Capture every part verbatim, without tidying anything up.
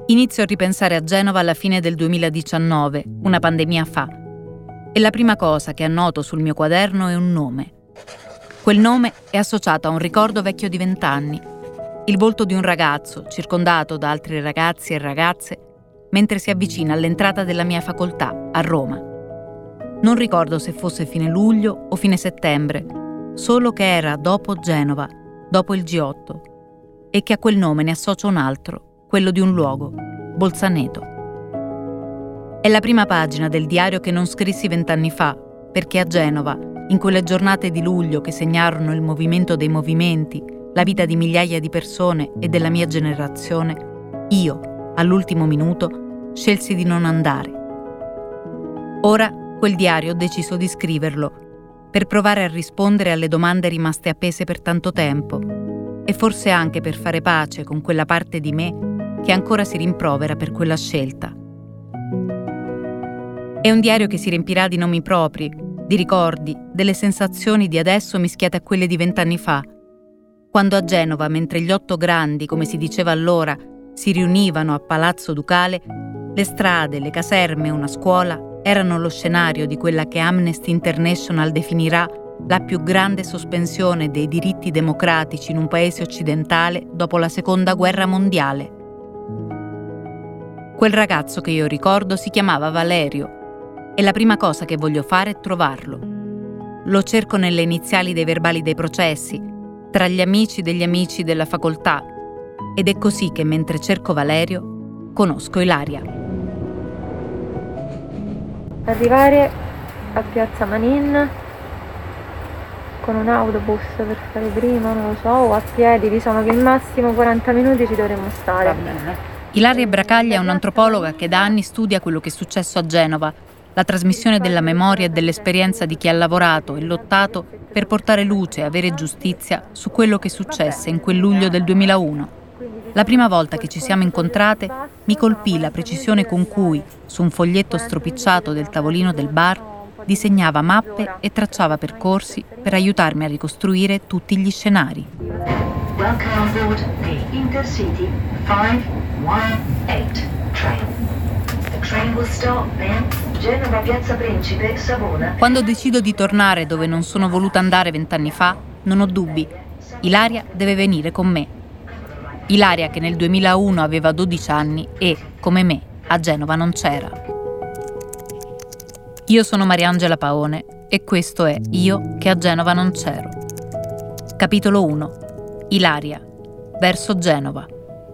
Inizio a ripensare a Genova alla fine del duemiladiciannove, una pandemia fa. E la prima cosa che annoto sul mio quaderno è un nome. Quel nome è associato a un ricordo vecchio di vent'anni. Il volto di un ragazzo, circondato da altri ragazzi e ragazze, mentre si avvicina all'entrata della mia facoltà, a Roma. Non ricordo se fosse fine luglio o fine settembre, solo che era dopo Genova, dopo il G otto, e che a quel nome ne associo un altro, quello di un luogo, Bolzaneto. È la prima pagina del diario che non scrissi vent'anni fa, perché a Genova, in quelle giornate di luglio che segnarono il movimento dei movimenti, la vita di migliaia di persone e della mia generazione, io, all'ultimo minuto, scelsi di non andare. Ora, quel diario ho deciso di scriverlo, per provare a rispondere alle domande rimaste appese per tanto tempo, e forse anche per fare pace con quella parte di me che ancora si rimprovera per quella scelta. È un diario che si riempirà di nomi propri, di ricordi, delle sensazioni di adesso mischiate a quelle di vent'anni fa, quando a Genova, mentre gli otto grandi, come si diceva allora, si riunivano a Palazzo Ducale, le strade, le caserme e una scuola erano lo scenario di quella che Amnesty International definirà la più grande sospensione dei diritti democratici in un paese occidentale dopo la Seconda Guerra Mondiale. Quel ragazzo che io ricordo si chiamava Valerio e la prima cosa che voglio fare è trovarlo. Lo cerco nelle iniziali dei verbali dei processi, tra gli amici degli amici della facoltà, ed è così che mentre cerco Valerio conosco Ilaria. Arrivare a Piazza Manin con un autobus per fare prima, non lo so, o a piedi, diciamo che il massimo quaranta minuti ci dovremmo stare. Va bene. Ilaria Bracaglia è un'antropologa che da anni studia quello che è successo a Genova, la trasmissione della memoria e dell'esperienza di chi ha lavorato e lottato per portare luce e avere giustizia su quello che successe in quel luglio del duemilauno. La prima volta che ci siamo incontrate mi colpì la precisione con cui, su un foglietto stropicciato del tavolino del bar, disegnava mappe e tracciava percorsi per aiutarmi a ricostruire tutti gli scenari. Welcome on board the Intercity five one eight train. The train will stop in Genova Piazza Principe, Savona. Quando decido di tornare dove non sono voluta andare vent'anni fa, non ho dubbi. Ilaria deve venire con me. Ilaria che nel duemilauno aveva dodici anni e, come me, a Genova non c'era. Io sono Mariangela Paone e questo è Io che a Genova non c'ero. Capitolo uno. Ilaria, verso Genova.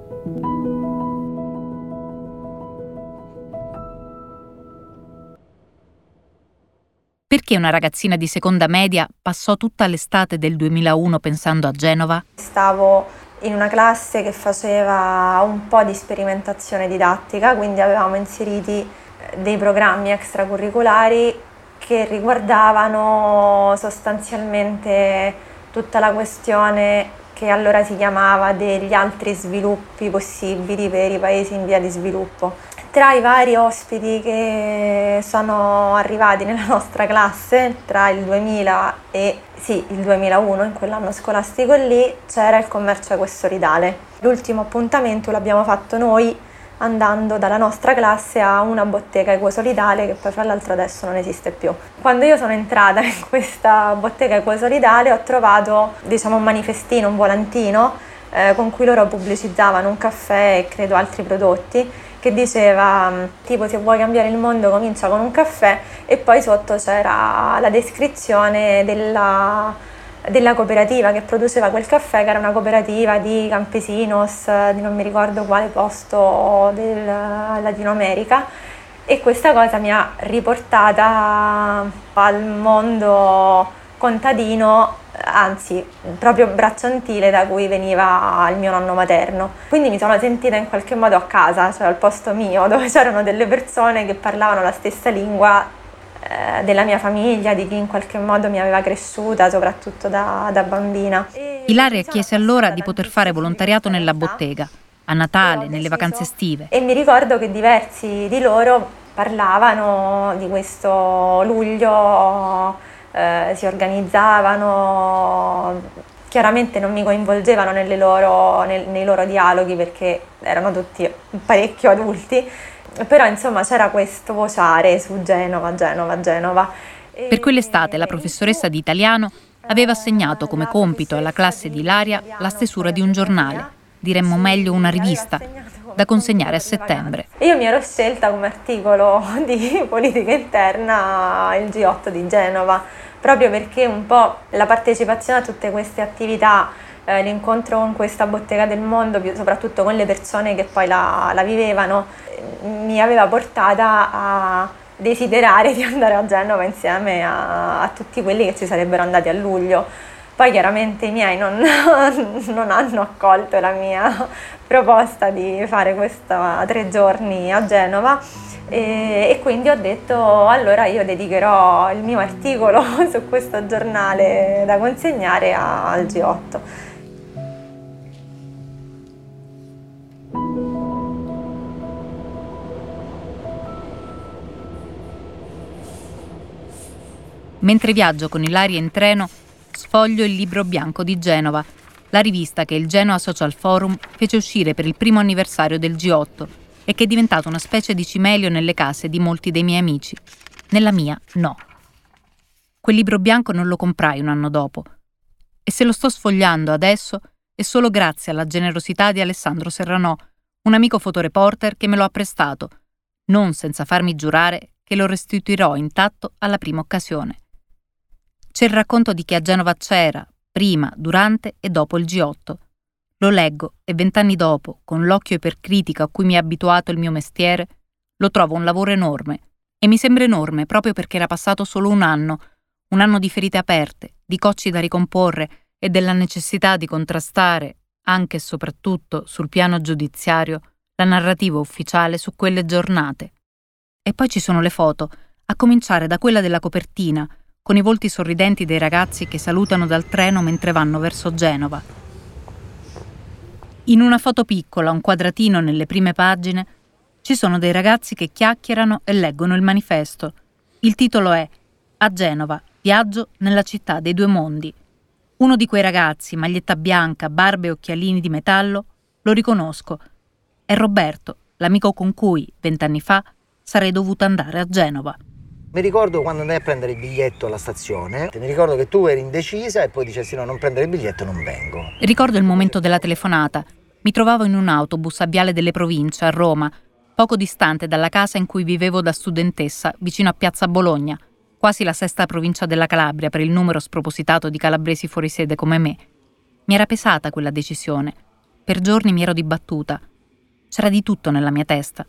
Perché una ragazzina di seconda media passò tutta l'estate del duemilauno pensando a Genova? Stavo in una classe che faceva un po' di sperimentazione didattica, quindi avevamo inseriti dei programmi extracurriculari che riguardavano sostanzialmente tutta la questione che allora si chiamava degli altri sviluppi possibili per i paesi in via di sviluppo. Tra i vari ospiti che sono arrivati nella nostra classe, tra il duemila e sì, il duemilauno, in quell'anno scolastico lì, c'era il commercio equesolidale. L'ultimo appuntamento l'abbiamo fatto noi andando dalla nostra classe a una bottega equesolidale che poi fra l'altro adesso non esiste più. Quando io sono entrata in questa bottega equesolidale ho trovato, diciamo, un manifestino, un volantino eh, con cui loro pubblicizzavano un caffè e credo altri prodotti, che diceva tipo se vuoi cambiare il mondo comincia con un caffè, e poi sotto c'era la descrizione della, della cooperativa che produceva quel caffè, che era una cooperativa di campesinos di non mi ricordo quale posto del Latino America, e questa cosa mi ha riportata al mondo contadino, anzi proprio bracciantile, da cui veniva il mio nonno materno. Quindi mi sono sentita in qualche modo a casa, cioè al posto mio, dove c'erano delle persone che parlavano la stessa lingua eh, della mia famiglia, di chi in qualche modo mi aveva cresciuta, soprattutto da, da bambina. Ilaria chiese allora di poter fare volontariato nella bottega, a Natale, nelle vacanze estive. E mi ricordo che diversi di loro parlavano di questo luglio, eh, si organizzavano chiaramente non mi coinvolgevano nelle loro, nel, nei loro dialoghi perché erano tutti parecchio adulti, però insomma c'era questo vociare su Genova, Genova, Genova. Per quell'estate la professoressa di italiano aveva assegnato come compito alla classe di Ilaria la stesura di un giornale, diremmo meglio una rivista, da consegnare a settembre. Io mi ero scelta come articolo di politica interna il G otto di Genova, proprio perché un po' la partecipazione a tutte queste attività, eh, l'incontro con questa bottega del mondo, soprattutto con le persone che poi la, la vivevano, mi aveva portata a desiderare di andare a Genova insieme a, a tutti quelli che ci sarebbero andati a luglio. Poi chiaramente i miei non, non hanno accolto la mia proposta di fare questa tre giorni a Genova e, e quindi ho detto allora io dedicherò il mio articolo su questo giornale da consegnare a, al G otto. Mentre viaggio con Ilaria in treno, sfoglio il Libro Bianco di Genova, la rivista che il Genoa Social Forum fece uscire per il primo anniversario del G otto e che è diventata una specie di cimelio nelle case di molti dei miei amici. Nella mia, no. Quel Libro Bianco non lo comprai un anno dopo. E se lo sto sfogliando adesso è solo grazie alla generosità di Alessandro Serranò, un amico fotoreporter che me lo ha prestato, non senza farmi giurare che lo restituirò intatto alla prima occasione. C'è il racconto di chi a Genova c'era, prima, durante e dopo il G otto. Lo leggo e vent'anni dopo, con l'occhio ipercritico a cui mi ha abituato il mio mestiere, lo trovo un lavoro enorme. E mi sembra enorme proprio perché era passato solo un anno, un anno di ferite aperte, di cocci da ricomporre e della necessità di contrastare, anche e soprattutto sul piano giudiziario, la narrativa ufficiale su quelle giornate. E poi ci sono le foto, a cominciare da quella della copertina, con i volti sorridenti dei ragazzi che salutano dal treno mentre vanno verso Genova. In una foto piccola, un quadratino nelle prime pagine, ci sono dei ragazzi che chiacchierano e leggono il manifesto. Il titolo è A Genova, viaggio nella città dei due mondi. Uno di quei ragazzi, maglietta bianca, barba e occhialini di metallo, lo riconosco. È Roberto, l'amico con cui, vent'anni fa, sarei dovuta andare a Genova. Mi ricordo quando andai a prendere il biglietto alla stazione, mi ricordo che tu eri indecisa e poi dicessi no, non prendere il biglietto, non vengo. Ricordo il momento della telefonata. Mi trovavo in un autobus a Viale delle Province, a Roma, poco distante dalla casa in cui vivevo da studentessa, vicino a Piazza Bologna, quasi la sesta provincia della Calabria per il numero spropositato di calabresi fuori sede come me. Mi era pesata quella decisione. Per giorni mi ero dibattuta. C'era di tutto nella mia testa.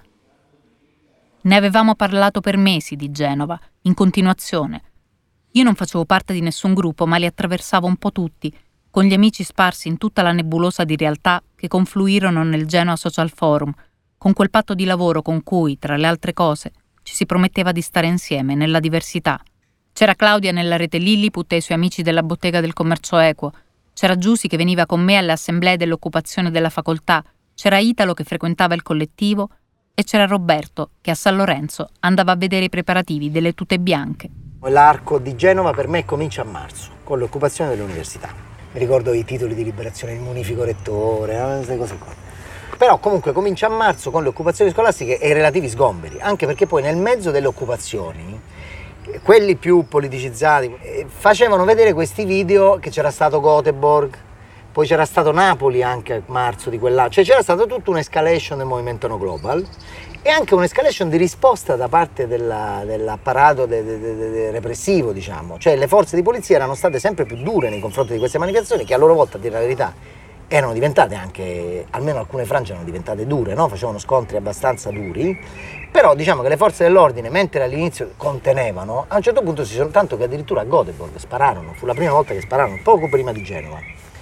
Ne avevamo parlato per mesi di Genova, in continuazione. Io non facevo parte di nessun gruppo, ma li attraversavo un po' tutti, con gli amici sparsi in tutta la nebulosa di realtà che confluirono nel Genoa Social Forum, con quel patto di lavoro con cui, tra le altre cose, ci si prometteva di stare insieme nella diversità. C'era Claudia nella rete Lilliput e i suoi amici della bottega del commercio equo, c'era Giusy che veniva con me alle assemblee dell'occupazione della facoltà, c'era Italo che frequentava il collettivo e c'era Roberto che a San Lorenzo andava a vedere i preparativi delle tute bianche. L'arco di Genova per me comincia a marzo, con l'occupazione dell'università. Mi ricordo i titoli di liberazione, il munifico rettore, queste cose qua. Però comunque comincia a marzo con le occupazioni scolastiche e i relativi sgomberi, anche perché poi nel mezzo delle occupazioni, quelli più politicizzati, facevano vedere questi video che c'era stato Göteborg, poi c'era stato Napoli anche a marzo di quell'anno, cioè c'era stata tutta un'escalation del movimento No Global e anche un'escalation di risposta da parte della, dell'apparato de, de, de, de repressivo, diciamo. Cioè le forze di polizia erano state sempre più dure nei confronti di queste manifestazioni che a loro volta, a dire la verità, erano diventate anche, almeno alcune frange erano diventate dure, no? Facevano scontri abbastanza duri, però diciamo che le forze dell'ordine, mentre all'inizio contenevano, a un certo punto si sono, tanto che addirittura a Göteborg spararono, fu la prima volta che spararono, poco prima di Genova.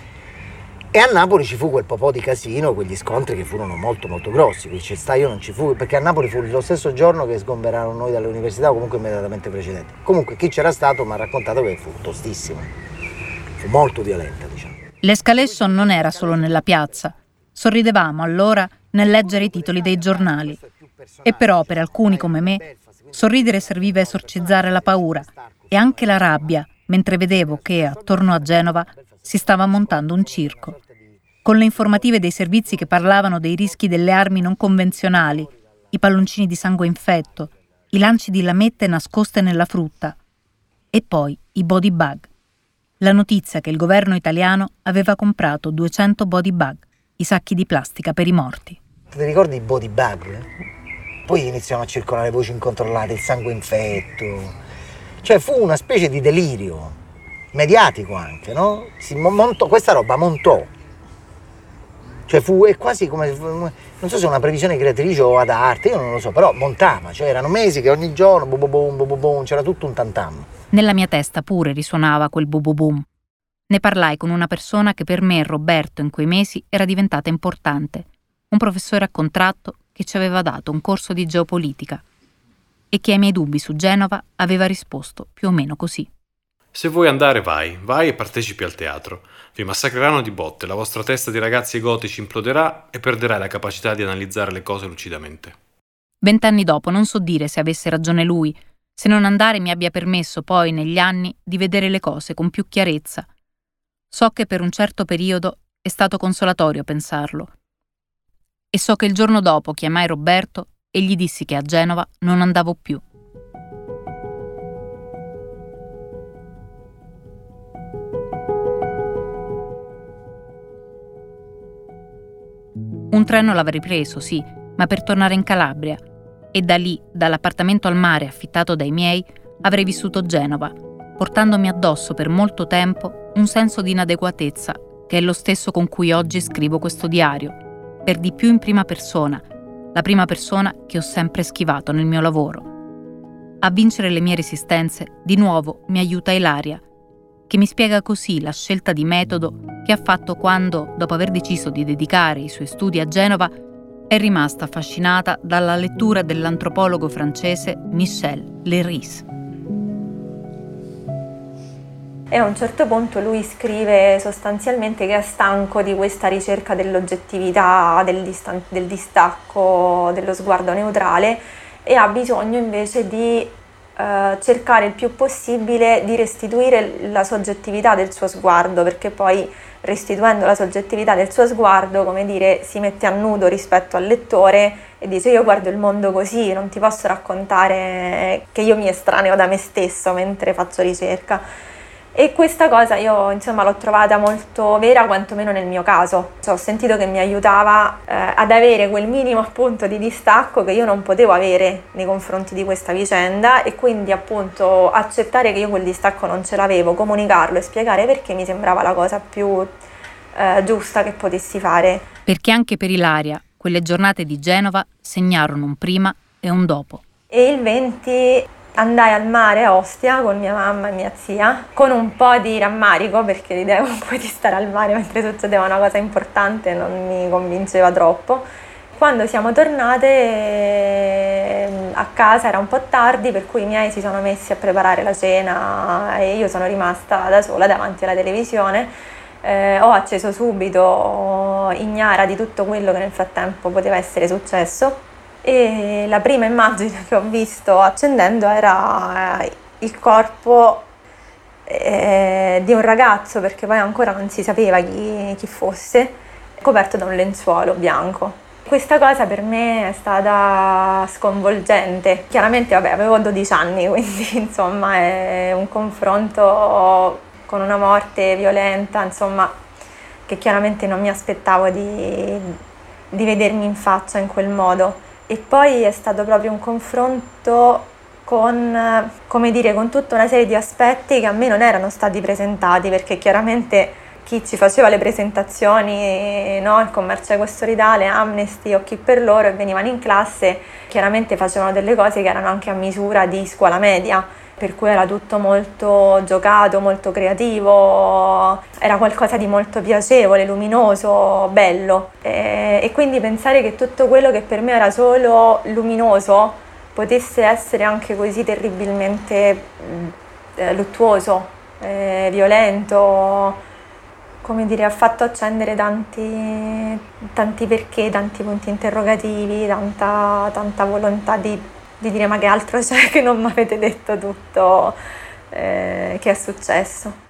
E a Napoli ci fu quel po' di casino, quegli scontri che furono molto molto grossi, qui ci sta, io non ci fu, perché a Napoli fu lo stesso giorno che sgomberarono noi dall'università o comunque immediatamente precedente. Comunque chi c'era stato mi ha raccontato che fu tostissima, fu molto violenta, diciamo. L'escalation non era solo nella piazza. Sorridevamo allora nel leggere i titoli dei giornali. E però per alcuni come me, sorridere serviva a esorcizzare la paura e anche la rabbia, mentre vedevo che, attorno a Genova, si stava montando un circo, con le informative dei servizi che parlavano dei rischi delle armi non convenzionali, i palloncini di sangue infetto, i lanci di lamette nascoste nella frutta e poi i body bag. La notizia che il governo italiano aveva comprato duecento body bag, i sacchi di plastica per i morti. Ti ricordi i body bag? Poi iniziano a circolare voci incontrollate, il sangue infetto. Cioè fu una specie di delirio, mediatico anche, no? Si montò, questa roba montò. Cioè fu è quasi come, non so se è una previsione creatrice o ad arte, io non lo so, però montava, cioè erano mesi che ogni giorno, boom, boom, boom, boom, c'era tutto un tantam. Nella mia testa pure risuonava quel boom boom. Ne parlai con una persona che per me e Roberto in quei mesi era diventata importante, un professore a contratto che ci aveva dato un corso di geopolitica e che ai miei dubbi su Genova aveva risposto più o meno così. Se vuoi andare, vai, vai e partecipi al teatro. Vi massacreranno di botte, la vostra testa di ragazzi gotici imploderà e perderai la capacità di analizzare le cose lucidamente. Vent'anni dopo non so dire se avesse ragione lui, se non andare mi abbia permesso poi, negli anni, di vedere le cose con più chiarezza. So che per un certo periodo è stato consolatorio pensarlo. E so che il giorno dopo chiamai Roberto e gli dissi che a Genova non andavo più. Un treno l'avrei preso, sì, ma per tornare in Calabria. E da lì, dall'appartamento al mare affittato dai miei, avrei vissuto Genova, portandomi addosso per molto tempo un senso di inadeguatezza, che è lo stesso con cui oggi scrivo questo diario, per di più in prima persona, la prima persona che ho sempre schivato nel mio lavoro. A vincere le mie resistenze, di nuovo, mi aiuta Ilaria, che mi spiega così la scelta di metodo che ha fatto quando, dopo aver deciso di dedicare i suoi studi a Genova, è rimasta affascinata dalla lettura dell'antropologo francese Michel Leiris. E a un certo punto lui scrive sostanzialmente che è stanco di questa ricerca dell'oggettività, del, distan- del distacco, dello sguardo neutrale e ha bisogno invece di eh, cercare il più possibile di restituire la soggettività del suo sguardo, perché poi restituendo la soggettività del suo sguardo, come dire, si mette a nudo rispetto al lettore e dice: io guardo il mondo così, non ti posso raccontare che io mi estraneo da me stesso mentre faccio ricerca. E questa cosa io insomma l'ho trovata molto vera, quantomeno nel mio caso. Cioè, ho sentito che mi aiutava eh, ad avere quel minimo appunto di distacco che io non potevo avere nei confronti di questa vicenda, e quindi appunto accettare che io quel distacco non ce l'avevo, comunicarlo e spiegare perché mi sembrava la cosa più eh, giusta che potessi fare. Perché anche per Ilaria quelle giornate di Genova segnarono un prima e un dopo. E il venti andai al mare a Ostia con mia mamma e mia zia, con un po' di rammarico perché l'idea comunque di stare al mare mentre succedeva una cosa importante non mi convinceva troppo. Quando siamo tornate a casa era un po' tardi, per cui i miei si sono messi a preparare la cena e io sono rimasta da sola davanti alla televisione. Eh, ho acceso subito, ignara di tutto quello che nel frattempo poteva essere successo. E la prima immagine che ho visto accendendo era il corpo eh, di un ragazzo, perché poi ancora non si sapeva chi, chi fosse, coperto da un lenzuolo bianco. Questa cosa per me è stata sconvolgente. Chiaramente vabbè, avevo dodici anni, quindi insomma è un confronto con una morte violenta, insomma, che chiaramente non mi aspettavo di, di vedermi in faccia in quel modo. E poi è stato proprio un confronto con, come dire, con tutta una serie di aspetti che a me non erano stati presentati, perché chiaramente chi ci faceva le presentazioni, no, il commercio questoriale, Amnesty o chi per loro, e venivano in classe, chiaramente facevano delle cose che erano anche a misura di scuola media, per cui era tutto molto giocato, molto creativo, era qualcosa di molto piacevole, luminoso, bello. E, e quindi pensare che tutto quello che per me era solo luminoso potesse essere anche così terribilmente eh, luttuoso, eh, violento, come dire, ha fatto accendere tanti, tanti perché, tanti punti interrogativi, tanta, tanta volontà di... di dire ma che altro c'è che non mi avete detto tutto, eh, che è successo.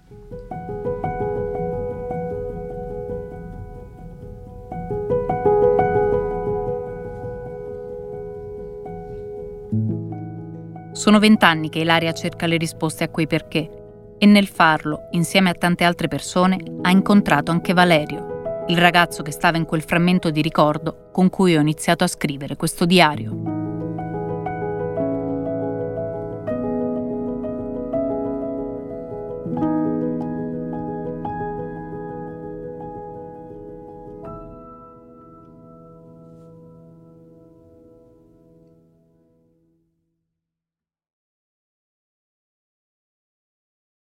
Sono vent'anni che Ilaria cerca le risposte a quei perché e nel farlo, insieme a tante altre persone, ha incontrato anche Valerio, il ragazzo che stava in quel frammento di ricordo con cui ho iniziato a scrivere questo diario.